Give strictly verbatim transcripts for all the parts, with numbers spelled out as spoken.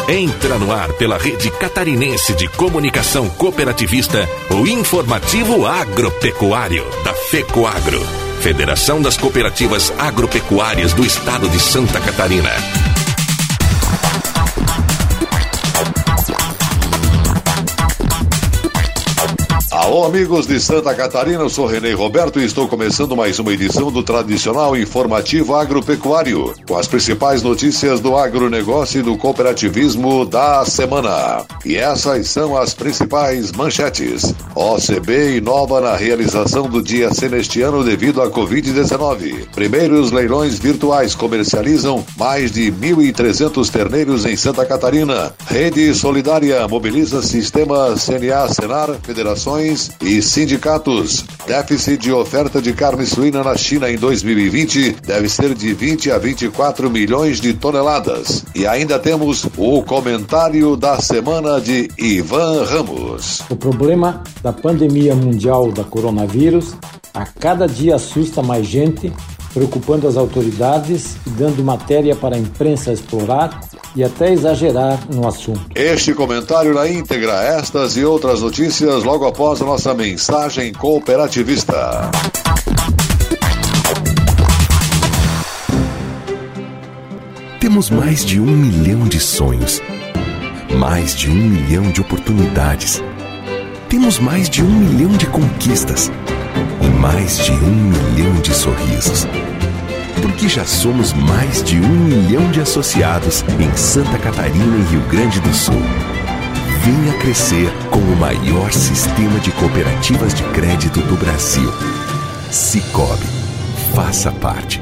Entra no ar pela Rede Catarinense de Comunicação Cooperativista, o informativo agropecuário da FECOAGRO, Federação das Cooperativas Agropecuárias do Estado de Santa Catarina. Alô, amigos de Santa Catarina, eu sou Renê Roberto e estou começando mais uma edição do tradicional informativo agropecuário, com as principais notícias do agronegócio e do cooperativismo da semana. E essas são as principais manchetes. O C B inova na realização do Dia C neste ano devido à covid dezenove. Primeiros leilões virtuais comercializam mais de mil e trezentos terneiros em Santa Catarina. Rede Solidária mobiliza sistema C N A, Senar, federações e sindicatos. Déficit de oferta de carne suína na China em dois mil e vinte deve ser de vinte a vinte e quatro milhões de toneladas. E ainda temos o comentário da semana de Ivan Ramos. O problema da pandemia mundial da coronavírus a cada dia assusta mais gente, preocupando as autoridades e dando matéria para a imprensa explorar e até exagerar no assunto. Este comentário na íntegra, estas e outras notícias logo após a nossa mensagem cooperativista. Temos mais de um milhão de sonhos, mais de um milhão de oportunidades. Temos mais de um milhão de conquistas e mais de um milhão de sorrisos. Porque já somos mais de um milhão de associados em Santa Catarina e Rio Grande do Sul. Venha crescer com o maior sistema de cooperativas de crédito do Brasil. Sicoob. Faça parte.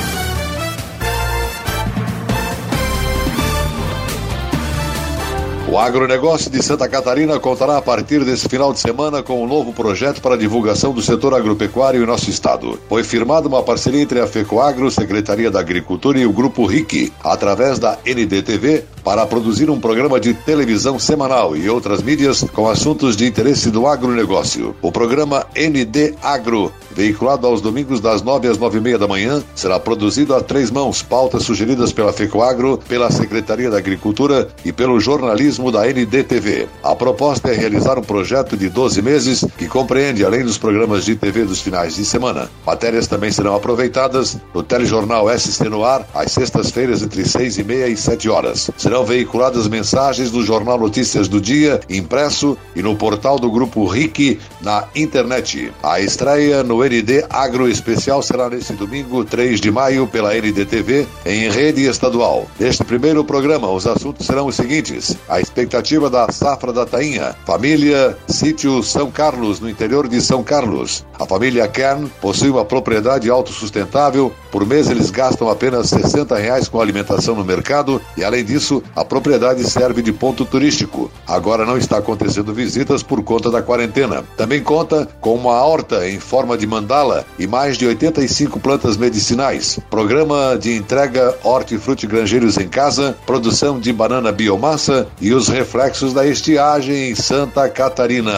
O agronegócio de Santa Catarina contará a partir desse final de semana com um novo projeto para a divulgação do setor agropecuário em nosso estado. Foi firmada uma parceria entre a FECOAGRO, Secretaria da Agricultura e o Grupo R I C, através da N D T V, para produzir um programa de televisão semanal e outras mídias com assuntos de interesse do agronegócio. O programa N D Agro, veiculado aos domingos das nove às nove e meia da manhã, será produzido a três mãos, pautas sugeridas pela FECOAGRO, pela Secretaria da Agricultura e pelo jornalismo da N D T V. A proposta é realizar um projeto de doze meses que compreende, além dos programas de T V dos finais de semana. Matérias também serão aproveitadas no telejornal S C no ar, às sextas-feiras entre seis e meia e sete horas. Serão veiculadas mensagens do Jornal Notícias do Dia, impresso, e no portal do Grupo R I C na internet. A estreia no N D Agro Especial será neste domingo, três de maio, pela N D T V, em rede estadual. Neste primeiro programa, os assuntos serão os seguintes: a expectativa da safra da tainha, família Sítio São Carlos, no interior de São Carlos. A família Kern possui uma propriedade autossustentável. Por mês eles gastam apenas sessenta reais com alimentação no mercado e, além disso, a propriedade serve de ponto turístico. Agora não está acontecendo visitas por conta da quarentena. Também conta com uma horta em forma de mandala e mais de oitenta e cinco plantas medicinais. Programa de entrega hortifruti granjeiros em casa, produção de banana biomassa e os reflexos da estiagem em Santa Catarina.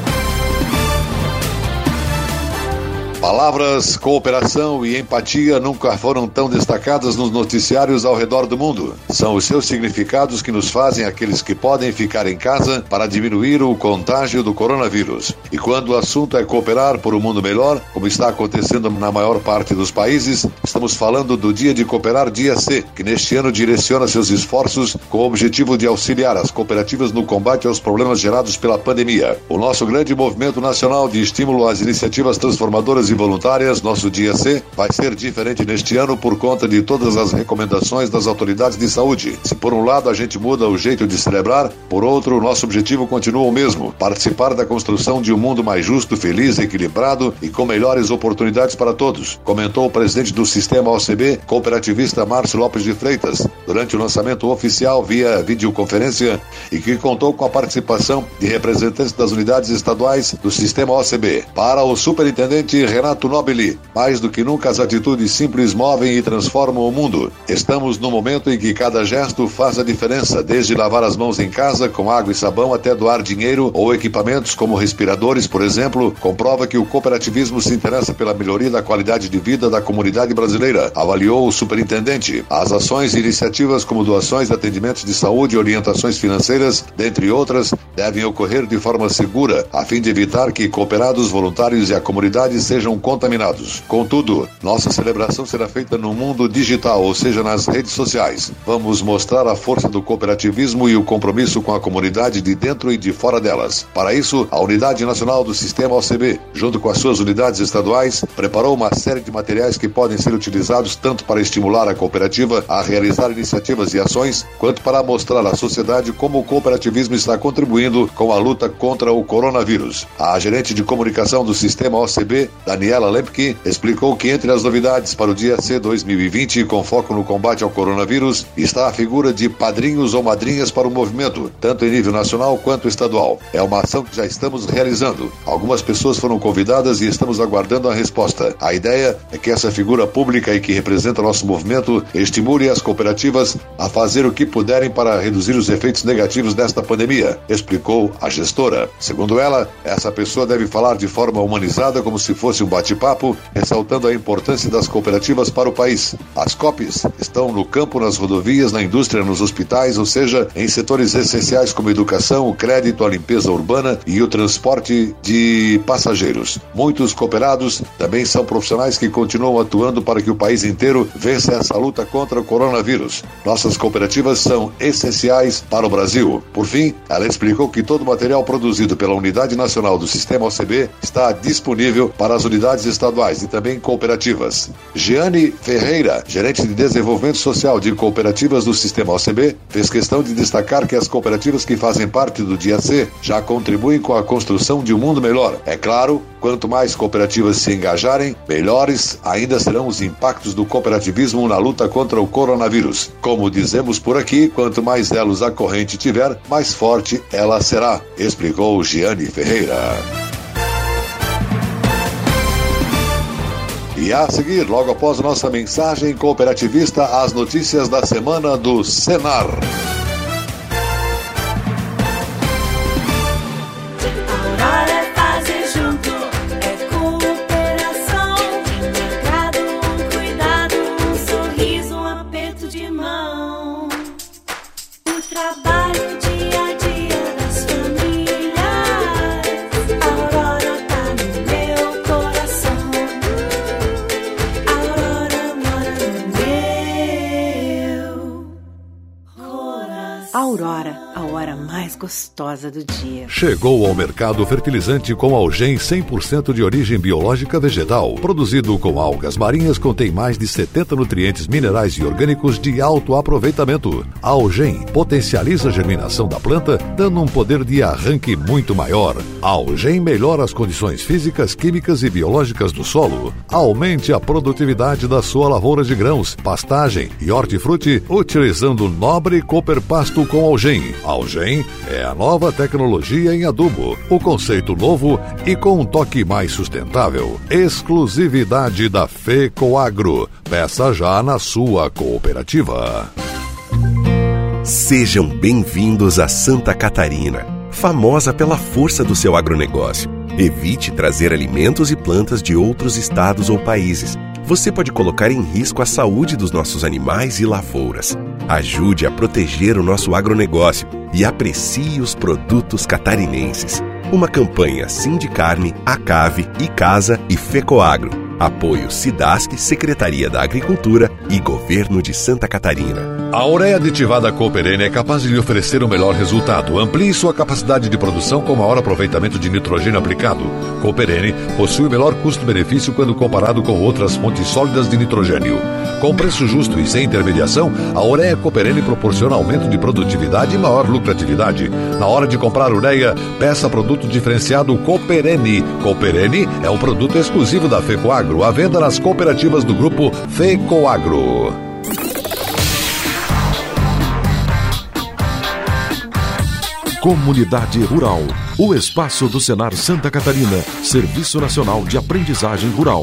Palavras, cooperação e empatia nunca foram tão destacadas nos noticiários ao redor do mundo. São os seus significados que nos fazem aqueles que podem ficar em casa para diminuir o contágio do coronavírus. E quando o assunto é cooperar por um mundo melhor, como está acontecendo na maior parte dos países, estamos falando do Dia de Cooperar Dia C, que neste ano direciona seus esforços com o objetivo de auxiliar as cooperativas no combate aos problemas gerados pela pandemia. O nosso grande movimento nacional de estímulo às iniciativas transformadoras e voluntárias, nosso Dia C, vai ser diferente neste ano por conta de todas as recomendações das autoridades de saúde. Se por um lado a gente muda o jeito de celebrar, por outro o nosso objetivo continua o mesmo: participar da construção de um mundo mais justo, feliz, equilibrado e com melhores oportunidades para todos, comentou o presidente do Sistema O C B, cooperativista Márcio Lopes de Freitas, durante o lançamento oficial via videoconferência e que contou com a participação de representantes das unidades estaduais do Sistema O C B. Para o superintendente Renato Nobili. Mais do que nunca, as atitudes simples movem e transformam o mundo. Estamos no momento em que cada gesto faz a diferença, desde lavar as mãos em casa com água e sabão até doar dinheiro ou equipamentos como respiradores, por exemplo, comprova que o cooperativismo se interessa pela melhoria da qualidade de vida da comunidade brasileira, avaliou o superintendente. As ações e iniciativas como doações de atendimentos de saúde e orientações financeiras, dentre outras, devem ocorrer de forma segura, a fim de evitar que cooperados, voluntários e a comunidade sejam contaminados. Contudo, nossa celebração será feita no mundo digital, ou seja, nas redes sociais. Vamos mostrar a força do cooperativismo e o compromisso com a comunidade de dentro e de fora delas. Para isso, a Unidade Nacional do Sistema O C B, junto com as suas unidades estaduais, preparou uma série de materiais que podem ser utilizados tanto para estimular a cooperativa a realizar iniciativas e ações, quanto para mostrar à sociedade como o cooperativismo está contribuindo com a luta contra o coronavírus. A gerente de comunicação do Sistema O C B, Daniela Lemke, explicou que entre as novidades para o Dia C dois mil e vinte, com foco no combate ao coronavírus, está a figura de padrinhos ou madrinhas para o movimento, tanto em nível nacional quanto estadual. É uma ação que já estamos realizando. Algumas pessoas foram convidadas e estamos aguardando a resposta. A ideia é que essa figura pública e que representa nosso movimento estimule as cooperativas a fazer o que puderem para reduzir os efeitos negativos desta pandemia, explicou a gestora. Segundo ela, essa pessoa deve falar de forma humanizada, como se fosse um bate-papo, ressaltando a importância das cooperativas para o país. As C O Ps estão no campo, nas rodovias, na indústria, nos hospitais, ou seja, em setores essenciais como educação, o crédito, a limpeza urbana e o transporte de passageiros. Muitos cooperados também são profissionais que continuam atuando para que o país inteiro vença essa luta contra o coronavírus. Nossas cooperativas são essenciais para o Brasil. Por fim, ela explicou que todo o material produzido pela Unidade Nacional do Sistema O C B está disponível para as unidades estaduais e também cooperativas. Giane Ferreira, gerente de desenvolvimento social de cooperativas do Sistema O C B, fez questão de destacar que as cooperativas que fazem parte do Dia C já contribuem com a construção de um mundo melhor. É claro, quanto mais cooperativas se engajarem, melhores ainda serão os impactos do cooperativismo na luta contra o coronavírus. Como dizemos por aqui, quanto mais elos a corrente tiver, mais forte ela será, explicou Giane Ferreira. E a seguir, logo após a nossa mensagem cooperativista, as notícias da semana do Senar. Aurora, a hora mais gostosa do dia. Chegou ao mercado fertilizante com Algem cem por cento de origem biológica vegetal. Produzido com algas marinhas, contém mais de setenta nutrientes minerais e orgânicos de alto aproveitamento. Algem potencializa a germinação da planta, dando um poder de arranque muito maior. Algem melhora as condições físicas, químicas e biológicas do solo. Aumente a produtividade da sua lavoura de grãos, pastagem e hortifruti, utilizando o nobre Cooper Pasto com Algem. Algem é a nova tecnologia em adubo, o conceito novo e com um toque mais sustentável. Exclusividade da FECOAGRO. Peça já na sua cooperativa. Sejam bem-vindos a Santa Catarina, famosa pela força do seu agronegócio. Evite trazer alimentos e plantas de outros estados ou países. Você pode colocar em risco a saúde dos nossos animais e lavouras. Ajude a proteger o nosso agronegócio e aprecie os produtos catarinenses. Uma campanha Sindicarne, Acave, Icasa e FECOAGRO. Apoio Cidasc, Secretaria da Agricultura e Governo de Santa Catarina. A ureia aditivada Cooperene é capaz de lhe oferecer o melhor resultado. Amplie sua capacidade de produção com maior aproveitamento de nitrogênio aplicado. Cooperene possui o melhor custo-benefício quando comparado com outras fontes sólidas de nitrogênio. Com preço justo e sem intermediação, a ureia Cooperene proporciona aumento de produtividade e maior lucratividade. Na hora de comprar ureia, peça produto diferenciado Cooperene. Cooperene é um produto exclusivo da FECOAGRO, à venda nas cooperativas do grupo FECOAGRO. Comunidade Rural, o espaço do Senar Santa Catarina, Serviço Nacional de Aprendizagem Rural.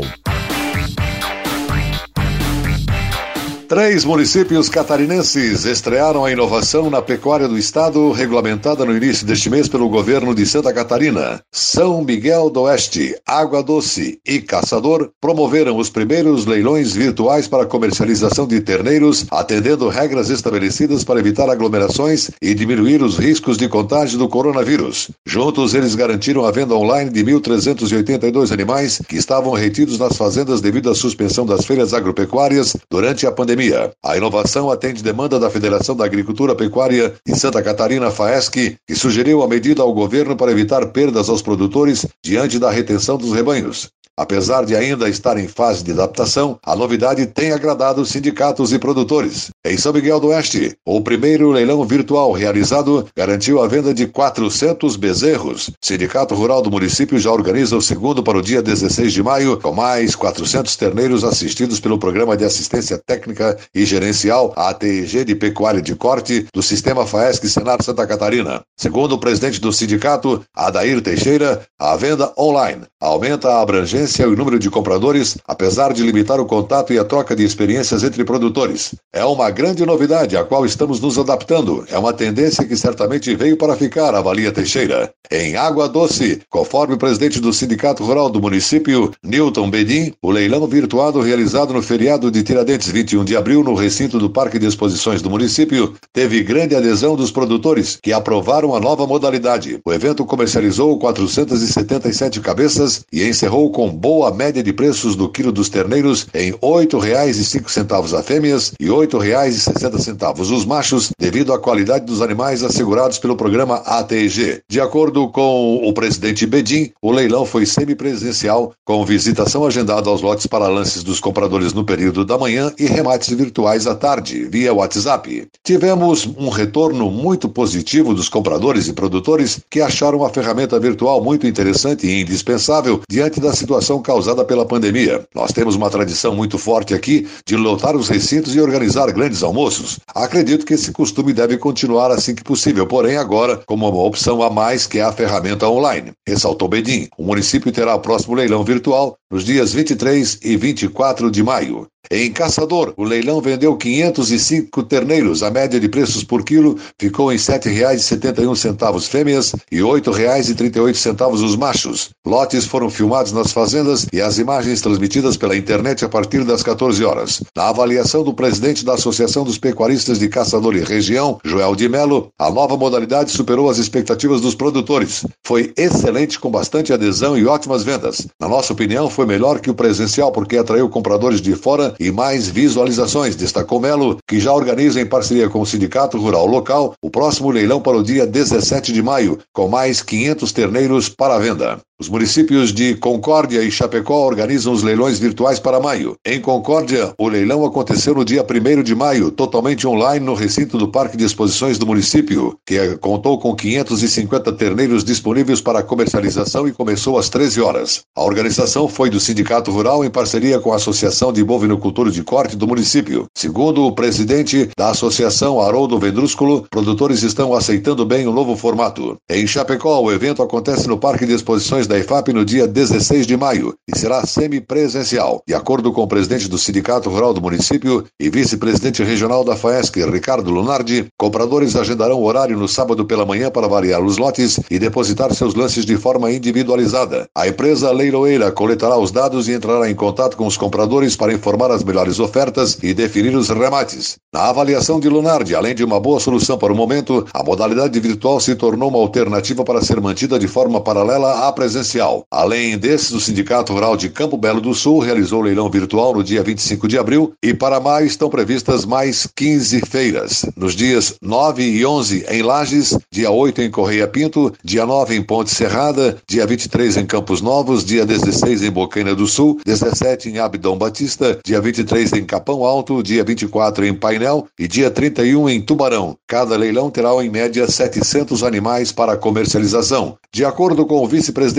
Três municípios catarinenses estrearam a inovação na pecuária do estado, regulamentada no início deste mês pelo governo de Santa Catarina. São Miguel do Oeste, Água Doce e Caçador promoveram os primeiros leilões virtuais para comercialização de terneiros, atendendo regras estabelecidas para evitar aglomerações e diminuir os riscos de contágio do coronavírus. Juntos, eles garantiram a venda online de mil trezentos e oitenta e dois animais que estavam retidos nas fazendas devido à suspensão das feiras agropecuárias durante a pandemia. A inovação atende demanda da Federação da Agricultura Pecuária de Santa Catarina, FAESC, que sugeriu a medida ao governo para evitar perdas aos produtores diante da retenção dos rebanhos. Apesar de ainda estar em fase de adaptação, a novidade tem agradado sindicatos e produtores. Em São Miguel do Oeste, o primeiro leilão virtual realizado garantiu a venda de quatrocentos bezerros. O Sindicato Rural do município já organiza o segundo para o dia dezesseis de maio, com mais quatrocentos terneiros assistidos pelo Programa de Assistência Técnica e Gerencial, A T E G de Pecuária de Corte, do Sistema FAESC Senar Santa Catarina. Segundo o presidente do sindicato, Adair Teixeira, a venda online aumenta a abrangência e o número de compradores, apesar de limitar o contato e a troca de experiências entre produtores. É uma grande novidade a qual estamos nos adaptando. É uma tendência que certamente veio para ficar, avalia Teixeira. Em Água Doce, conforme o presidente do Sindicato Rural do município, Newton Bedin, o leilão virtuado realizado no feriado de Tiradentes, vinte e um de abril, no recinto do Parque de Exposições do município, teve grande adesão dos produtores, que aprovaram a nova modalidade. O evento comercializou quatrocentas e setenta e sete cabeças e encerrou com boa média de preços do quilo dos terneiros em oito reais e cinco centavos a fêmeas e oito reais e sessenta centavos os machos, devido à qualidade dos animais assegurados pelo programa A T E G. De acordo com o presidente Bedin, o leilão foi semipresencial, com visitação agendada aos lotes para lances dos compradores no período da manhã e remates virtuais à tarde, via WhatsApp. Tivemos um retorno muito positivo dos compradores e produtores que acharam a ferramenta virtual muito interessante e indispensável diante da situação causada pela pandemia. Nós temos uma tradição muito forte aqui de lotar os recintos e organizar grandes almoços. Acredito que esse costume deve continuar assim que possível, porém agora como uma opção a mais, que é a ferramenta online. Ressaltou Bedin. O município terá o próximo leilão virtual nos dias vinte e três e vinte e quatro de maio. Em Caçador, o leilão vendeu quinhentos e cinco terneiros. A média de preços por quilo ficou em sete reais e setenta e um centavos fêmeas e oito reais e trinta e oito centavos os machos. Lotes foram filmados nas fazendas e as imagens transmitidas pela internet a partir das quatorze horas. Na avaliação do presidente da Associação dos Pecuaristas de Caçador e Região, Joel de Melo, a nova modalidade superou as expectativas dos produtores. Foi excelente, com bastante adesão e ótimas vendas. Na nossa opinião, foi melhor que o presencial porque atraiu compradores de fora e mais visualizações, destacou Melo, que já organiza em parceria com o Sindicato Rural local o próximo leilão para o dia dezessete de maio, com mais quinhentos terneiros para a venda. Os municípios de Concórdia e Chapecó organizam os leilões virtuais para maio. Em Concórdia, o leilão aconteceu no dia primeiro de maio, totalmente online no recinto do Parque de Exposições do município, que contou com quinhentos e cinquenta terneiros disponíveis para comercialização e começou às treze horas. A organização foi do Sindicato Rural em parceria com a Associação de Bovinocultura de Corte do município. Segundo o presidente da associação, Haroldo Vendrúsculo, produtores estão aceitando bem o novo formato. Em Chapecó, o evento acontece no Parque de Exposições da I F A P no dia dezesseis de maio e será semipresencial. De acordo com o presidente do Sindicato Rural do município e vice-presidente regional da FAESC, Ricardo Lunardi, compradores agendarão o horário no sábado pela manhã para variar os lotes e depositar seus lances de forma individualizada. A empresa leiloeira coletará os dados e entrará em contato com os compradores para informar as melhores ofertas e definir os remates. Na avaliação de Lunardi, além de uma boa solução para o momento, a modalidade virtual se tornou uma alternativa para ser mantida de forma paralela à presencial. Além desses, o Sindicato Rural de Campo Belo do Sul realizou leilão virtual no dia vinte e cinco de abril e para maio estão previstas mais quinze feiras. Nos dias nove e onze em Lages, dia oito em Correia Pinto, dia nove em Ponte Serrada, dia vinte e três em Campos Novos, dia dezesseis em Bocaina do Sul, dezessete em Abdão Batista, dia vinte e três em Capão Alto, dia vinte e quatro em Painel e dia trinta e um em Tubarão. Cada leilão terá em média setecentos animais para comercialização. De acordo com o vice-presidente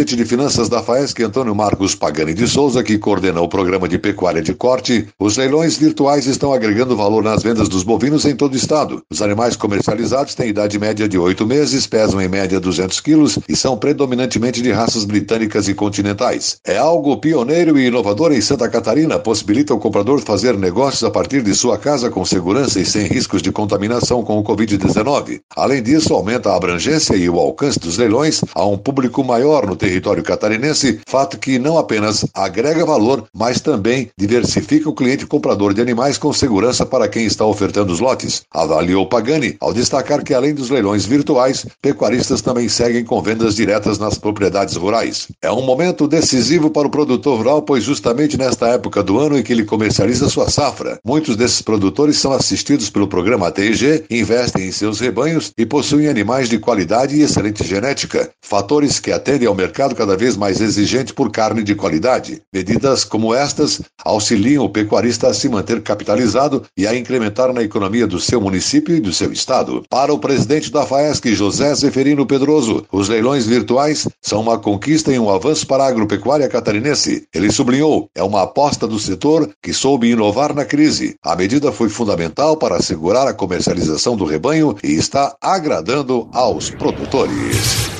gerente de finanças da FAESC, Antônio Marcos Pagani de Souza, que coordena o programa de pecuária de corte, os leilões virtuais estão agregando valor nas vendas dos bovinos em todo o estado. Os animais comercializados têm idade média de oito meses, pesam em média duzentos quilos e são predominantemente de raças britânicas e continentais. É algo pioneiro e inovador em Santa Catarina, possibilita o comprador fazer negócios a partir de sua casa com segurança e sem riscos de contaminação com o covid dezenove. Além disso, aumenta a abrangência e o alcance dos leilões a um público maior no território catarinense, fato que não apenas agrega valor, mas também diversifica o cliente comprador de animais com segurança para quem está ofertando os lotes, avaliou Pagani, ao destacar que além dos leilões virtuais, pecuaristas também seguem com vendas diretas nas propriedades rurais. É um momento decisivo para o produtor rural, pois justamente nesta época do ano em que ele comercializa sua safra, muitos desses produtores são assistidos pelo programa T I G, investem em seus rebanhos e possuem animais de qualidade e excelente genética, fatores que atendem ao mercado cada vez mais exigente por carne de qualidade. Medidas como estas auxiliam o pecuarista a se manter capitalizado e a incrementar na economia do seu município e do seu estado. Para o presidente da FAESC, José Zeferino Pedroso, os leilões virtuais são uma conquista e um avanço para a agropecuária catarinense. Ele sublinhou, é uma aposta do setor que soube inovar na crise. A medida foi fundamental para assegurar a comercialização do rebanho e está agradando aos produtores.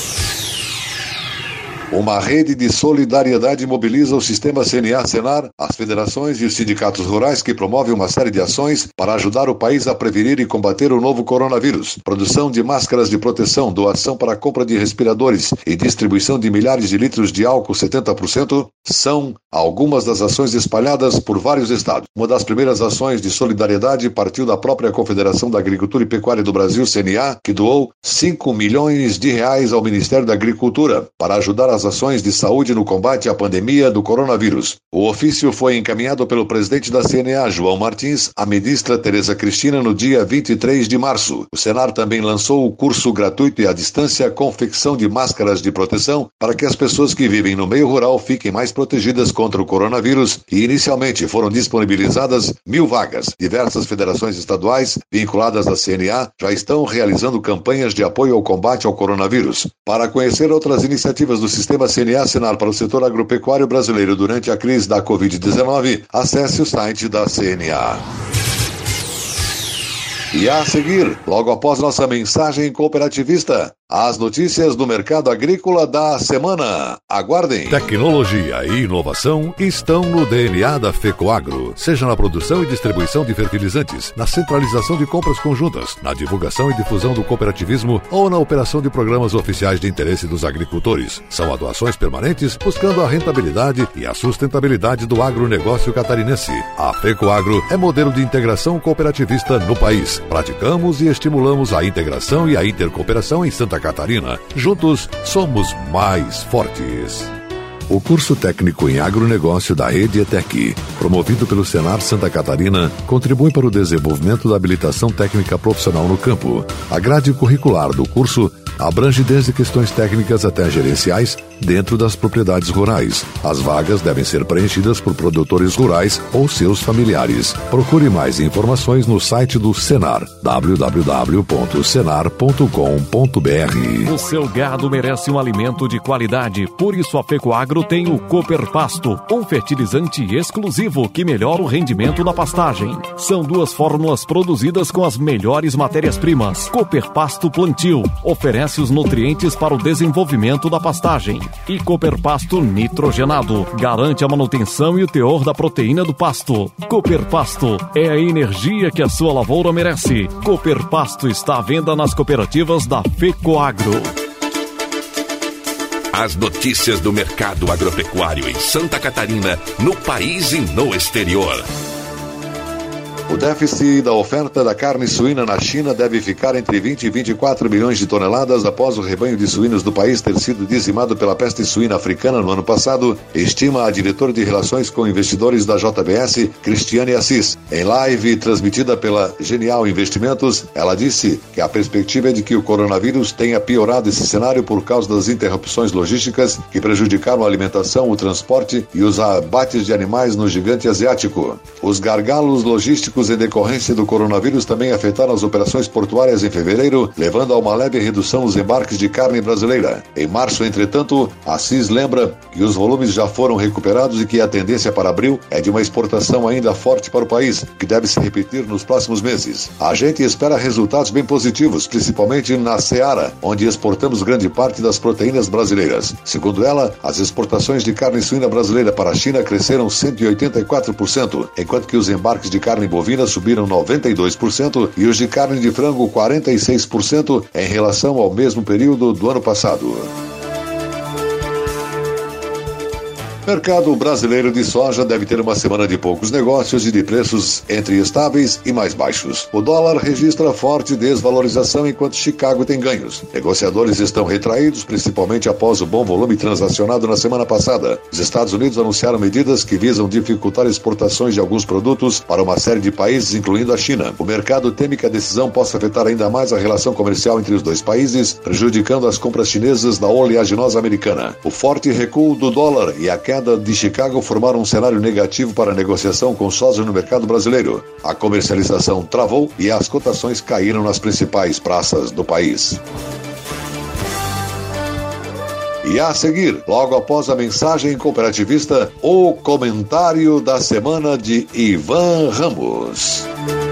Uma rede de solidariedade mobiliza o sistema C N A-Senar, as federações e os sindicatos rurais que promovem uma série de ações para ajudar o país a prevenir e combater o novo coronavírus. Produção de máscaras de proteção, doação para a compra de respiradores e distribuição de milhares de litros de álcool setenta por cento são algumas das ações espalhadas por vários estados. Uma das primeiras ações de solidariedade partiu da própria Confederação da Agricultura e Pecuária do Brasil, C N A, que doou cinco milhões de reais ao Ministério da Agricultura para ajudar as ações de saúde no combate à pandemia do coronavírus. O ofício foi encaminhado pelo presidente da C N A, João Martins, à ministra Tereza Cristina no dia vinte e três de março. O Senar também lançou o curso gratuito e à distância Confecção de Máscaras de Proteção para que as pessoas que vivem no meio rural fiquem mais protegidas contra o coronavírus e inicialmente foram disponibilizadas mil vagas. Diversas federações estaduais vinculadas à C N A já estão realizando campanhas de apoio ao combate ao coronavírus. Para conhecer outras iniciativas do sistema C N A-Senar para o setor agropecuário brasileiro durante a crise da covid dezenove, acesse o site da C N A. E a seguir, logo após nossa mensagem cooperativista, as notícias do mercado agrícola da semana. Aguardem. Tecnologia e inovação estão no D N A da FECOAGRO, seja na produção e distribuição de fertilizantes, na centralização de compras conjuntas, na divulgação e difusão do cooperativismo ou na operação de programas oficiais de interesse dos agricultores. São atuações permanentes buscando a rentabilidade e a sustentabilidade do agronegócio catarinense. A FECOAGRO é modelo de integração cooperativista no país. Praticamos e estimulamos a integração e a intercooperação em Santa Catarina. Juntos, somos mais fortes. O curso técnico em agronegócio da Rede ETEC, promovido pelo Senar Santa Catarina, contribui para o desenvolvimento da habilitação técnica profissional no campo. A grade curricular do curso abrange desde questões técnicas até gerenciais dentro das propriedades rurais. As vagas devem ser preenchidas por produtores rurais ou seus familiares. Procure mais informações no site do Senar, w w w ponto senar ponto com ponto b r. O seu gado merece um alimento de qualidade, por isso a FECOAGRO tem o Cooperpasto, um fertilizante exclusivo que melhora o rendimento da pastagem. São duas fórmulas produzidas com as melhores matérias-primas. Cooperpasto Plantio oferece os nutrientes para o desenvolvimento da pastagem. E Cooperpasto Nitrogenado garante a manutenção e o teor da proteína do pasto. Cooperpasto é a energia que a sua lavoura merece. Cooperpasto está à venda nas cooperativas da FECOAGRO. As notícias do mercado agropecuário em Santa Catarina, no país e no exterior. O déficit da oferta da carne suína na China deve ficar entre vinte e vinte e quatro milhões de toneladas após o rebanho de suínos do país ter sido dizimado pela peste suína africana no ano passado, estima a diretora de Relações com Investidores da J B S, Cristiane Assis. Em live transmitida pela Genial Investimentos, ela disse que a perspectiva é de que o coronavírus tenha piorado esse cenário por causa das interrupções logísticas que prejudicaram a alimentação, o transporte e os abates de animais no gigante asiático. Os gargalos logísticos logísticos em decorrência do coronavírus também afetaram as operações portuárias em fevereiro, levando a uma leve redução nos embarques de carne brasileira. Em março, entretanto, a C I S lembra que os volumes já foram recuperados e que a tendência para abril é de uma exportação ainda forte para o país, que deve se repetir nos próximos meses. A gente espera resultados bem positivos, principalmente na Seara, onde exportamos grande parte das proteínas brasileiras. Segundo ela, as exportações de carne suína brasileira para a China cresceram cento e oitenta e quatro por cento, enquanto que os embarques de carne bovina subiram noventa e dois por cento e os de carne de frango quarenta e seis por cento em relação ao mesmo período do ano passado. O mercado brasileiro de soja deve ter uma semana de poucos negócios e de preços entre estáveis e mais baixos. O dólar registra forte desvalorização enquanto Chicago tem ganhos. Negociadores estão retraídos, principalmente após o bom volume transacionado na semana passada. Os Estados Unidos anunciaram medidas que visam dificultar exportações de alguns produtos para uma série de países, incluindo a China. O mercado teme que a decisão possa afetar ainda mais a relação comercial entre os dois países, prejudicando as compras chinesas da oleaginosa americana. O forte recuo do dólar e a queda de Chicago formaram um cenário negativo para a negociação com soja no mercado brasileiro. A comercialização travou e as cotações caíram nas principais praças do país. E a seguir, logo após a mensagem cooperativista, o comentário da semana de Ivan Ramos.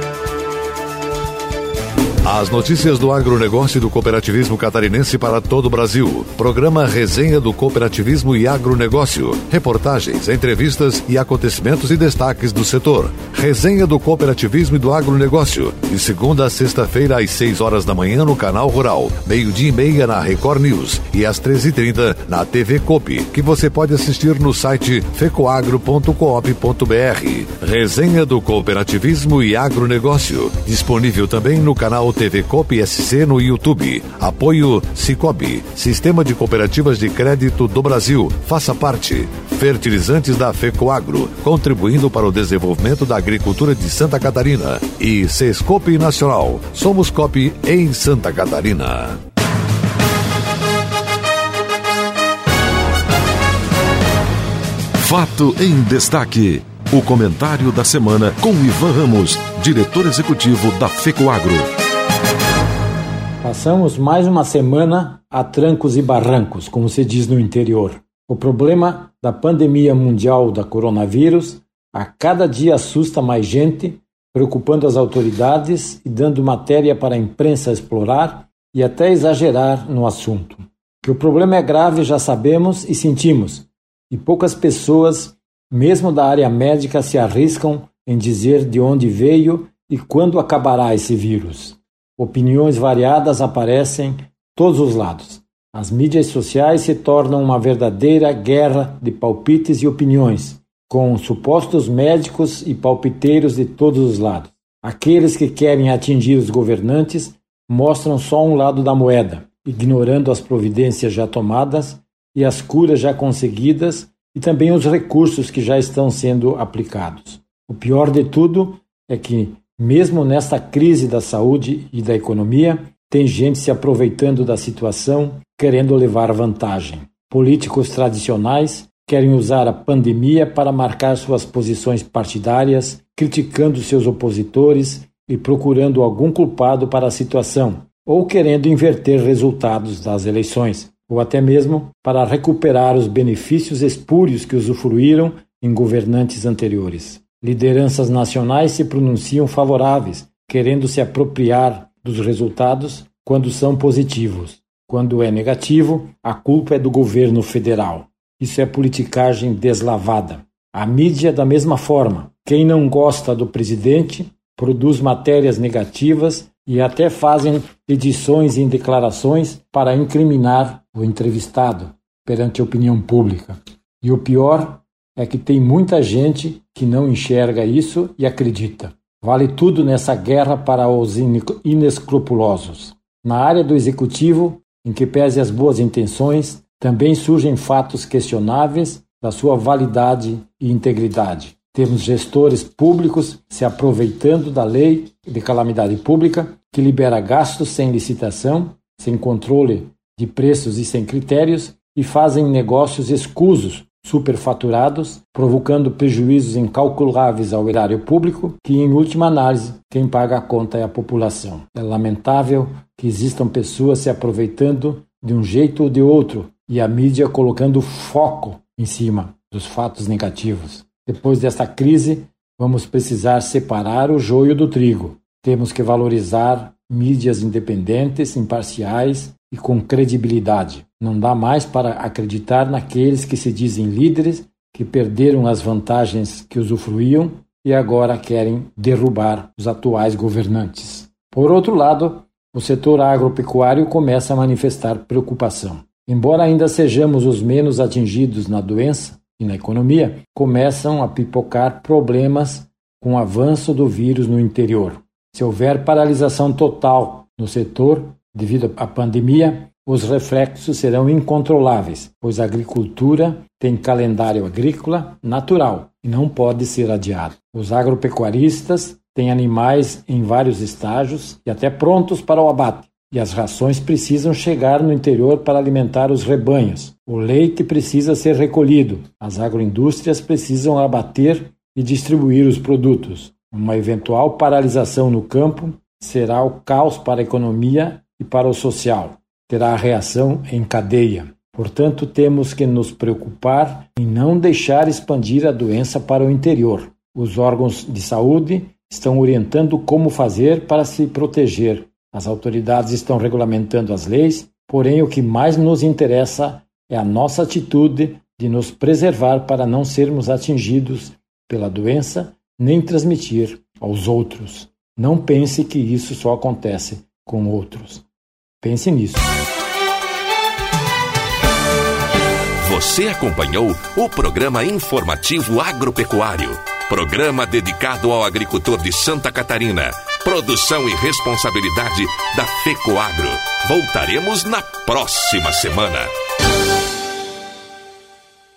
As notícias do agronegócio e do cooperativismo catarinense para todo o Brasil. Programa Resenha do Cooperativismo e Agronegócio. Reportagens, entrevistas e acontecimentos e destaques do setor. Resenha do Cooperativismo e do Agronegócio. De segunda a sexta-feira, às seis horas da manhã, no Canal Rural. Meio-dia e meia na Record News. E às treze e trinta na T V Coop, que você pode assistir no site fecoagro ponto coop ponto br. Resenha do Cooperativismo e Agronegócio. Disponível também no canal T V Coop S C no YouTube. Apoio Cicobi, Sistema de Cooperativas de Crédito do Brasil. Faça parte. Fertilizantes da FECOAGRO, contribuindo para o desenvolvimento da agricultura de Santa Catarina. E Sescope Nacional. Somos Coop em Santa Catarina. Fato em destaque. O comentário da semana com Ivan Ramos, diretor executivo da FECOAGRO. Passamos mais uma semana a trancos e barrancos, como se diz no interior. O problema da pandemia mundial da coronavírus a cada dia assusta mais gente, preocupando as autoridades e dando matéria para a imprensa explorar e até exagerar no assunto. Que o problema é grave já sabemos e sentimos, e poucas pessoas, mesmo da área médica, se arriscam em dizer de onde veio e quando acabará esse vírus. Opiniões variadas aparecem todos os lados. As mídias sociais se tornam uma verdadeira guerra de palpites e opiniões, com supostos médicos e palpiteiros de todos os lados. Aqueles que querem atingir os governantes mostram só um lado da moeda, ignorando as providências já tomadas e as curas já conseguidas e também os recursos que já estão sendo aplicados. O pior de tudo é que, mesmo nesta crise da saúde e da economia, tem gente se aproveitando da situação, querendo levar vantagem. Políticos tradicionais querem usar a pandemia para marcar suas posições partidárias, criticando seus opositores e procurando algum culpado para a situação, ou querendo inverter resultados das eleições, ou até mesmo para recuperar os benefícios espúrios que usufruíram em governantes anteriores. Lideranças nacionais se pronunciam favoráveis, querendo se apropriar dos resultados quando são positivos. Quando é negativo, a culpa é do governo federal. Isso é politicagem deslavada. A mídia, da mesma forma. Quem não gosta do presidente produz matérias negativas e até fazem edições em declarações para incriminar o entrevistado perante a opinião pública. E o pior é que tem muita gente que não enxerga isso e acredita. Vale tudo nessa guerra para os inescrupulosos. Na área do executivo, em que pese as boas intenções, também surgem fatos questionáveis da sua validade e integridade. Temos gestores públicos se aproveitando da lei de calamidade pública, que libera gastos sem licitação, sem controle de preços e sem critérios, e fazem negócios escusos, superfaturados, provocando prejuízos incalculáveis ao erário público, que, em última análise, quem paga a conta é a população. É lamentável que existam pessoas se aproveitando de um jeito ou de outro e a mídia colocando foco em cima dos fatos negativos. Depois desta crise, vamos precisar separar o joio do trigo. Temos que valorizar mídias independentes, imparciais e com credibilidade. Não dá mais para acreditar naqueles que se dizem líderes, que perderam as vantagens que usufruíam e agora querem derrubar os atuais governantes. Por outro lado, o setor agropecuário começa a manifestar preocupação. Embora ainda sejamos os menos atingidos na doença e na economia, começam a pipocar problemas com o avanço do vírus no interior. Se houver paralisação total no setor devido à pandemia, os reflexos serão incontroláveis, pois a agricultura tem calendário agrícola natural e não pode ser adiado. Os agropecuaristas têm animais em vários estágios e até prontos para o abate, e as rações precisam chegar no interior para alimentar os rebanhos. O leite precisa ser recolhido, as agroindústrias precisam abater e distribuir os produtos. Uma eventual paralisação no campo será o caos para a economia e para o social. Terá a reação em cadeia. Portanto, temos que nos preocupar em não deixar expandir a doença para o interior. Os órgãos de saúde estão orientando como fazer para se proteger. As autoridades estão regulamentando as leis, porém o que mais nos interessa é a nossa atitude de nos preservar para não sermos atingidos pela doença nem transmitir aos outros. Não pense que isso só acontece com outros. Pense nisso. Você acompanhou o programa informativo agropecuário. Programa dedicado ao agricultor de Santa Catarina. Produção e responsabilidade da FECOAGRO. Voltaremos na próxima semana.